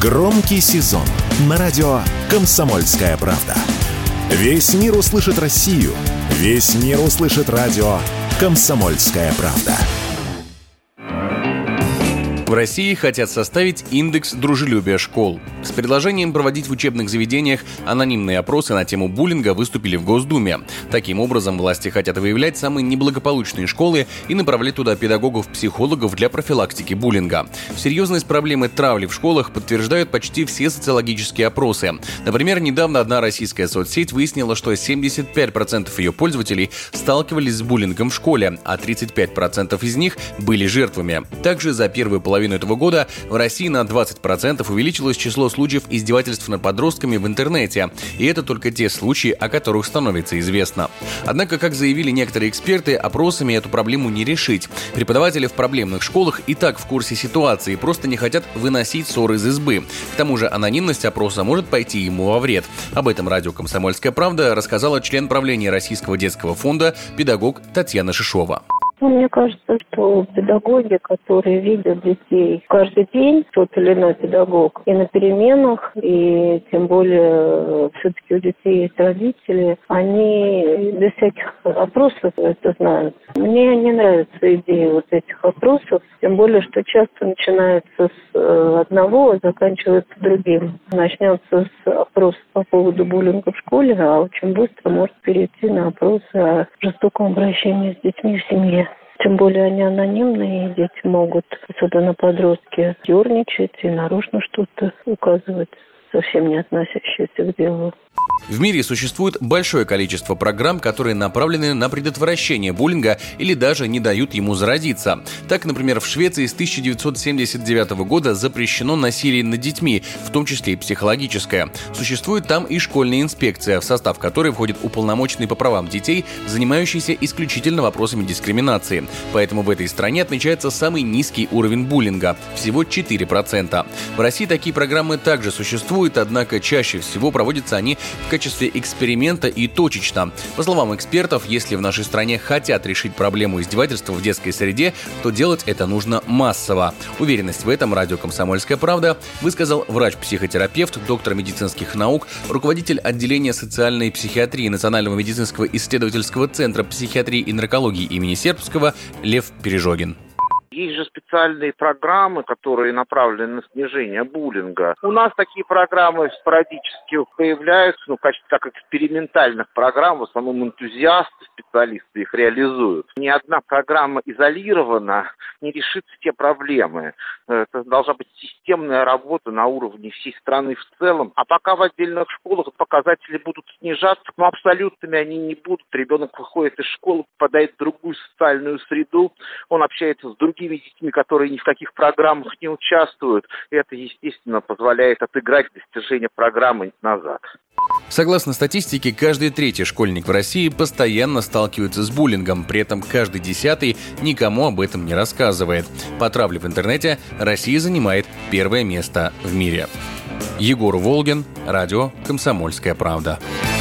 Громкий сезон на радио «Комсомольская правда». Весь мир услышит Россию. Весь мир услышит радио «Комсомольская правда». В России хотят составить индекс дружелюбия школ. С предложением проводить в учебных заведениях анонимные опросы на тему буллинга выступили в Госдуме. Таким образом, власти хотят выявлять самые неблагополучные школы и направлять туда педагогов-психологов для профилактики буллинга. Серьезность проблемы травли в школах подтверждают почти все социологические опросы. Например, недавно одна российская соцсеть выяснила, что 75% ее пользователей сталкивались с буллингом в школе, а 35% из них были жертвами. Также за первую половину этого года в России на 20% увеличилось число случаев издевательств над подростками в интернете. И это только те случаи, о которых становится известно. Однако, как заявили некоторые эксперты, опросами эту проблему не решить. Преподаватели в проблемных школах и так в курсе ситуации, просто не хотят выносить ссоры из избы. К тому же анонимность опроса может пойти ему во вред. Об этом радио «Комсомольская правда» рассказала член правления Российского детского фонда, педагог Татьяна Шишова. Мне кажется, что педагоги, которые видят детей каждый день, тот или иной педагог, и на переменах, и тем более все-таки у детей есть родители, они без всяких опросов это знают. Мне не нравится идея вот этих опросов, тем более, что часто начинается с одного, а заканчивается другим. Начнется с опроса по поводу буллинга в школе, а очень быстро может перейти на опросы о жестоком обращении с детьми в семье. Тем более они анонимные, и дети могут, особенно подростки, ерничать и нарочно что-то указывать, совсем не относящееся к делу. В мире существует большое количество программ, которые направлены на предотвращение буллинга или даже не дают ему зародиться. Так, например, в Швеции с 1979 года запрещено насилие над детьми, в том числе и психологическое. Существует там и школьная инспекция, в состав которой входит уполномоченный по правам детей, занимающийся исключительно вопросами дискриминации. Поэтому в этой стране отмечается самый низкий уровень буллинга – всего 4%. В России такие программы также существуют, однако чаще всего проводятся они в качестве эксперимента и точечно. По словам экспертов, если в нашей стране хотят решить проблему издевательства в детской среде, то делать это нужно массово. Уверенность в этом радио «Комсомольская правда» высказал врач-психотерапевт, доктор медицинских наук, руководитель отделения социальной психиатрии Национального медицинского исследовательского центра психиатрии и наркологии имени Сербского Лев Пережогин. Есть же специальные программы, которые направлены на снижение буллинга. У нас такие программы спорадически появляются, в качестве так экспериментальных программ. В основном энтузиасты, специалисты их реализуют. Ни одна программа изолированно не решит все проблемы. Это должна быть системная работа на уровне всей страны в целом. А пока в отдельных школах показатели будут снижаться, но абсолютными они не будут. Ребенок выходит из школы, попадает в другую социальную среду, он общается с другими детьми, которые ни в каких программах не участвуют. Это, естественно, позволяет отыграть достижения программы назад. Согласно статистике, каждый третий школьник в России постоянно сталкивается с буллингом, при этом каждый 10-й никому об этом не рассказывает. По травле в интернете Россия занимает первое место в мире. Егор Волгин, радио «Комсомольская правда».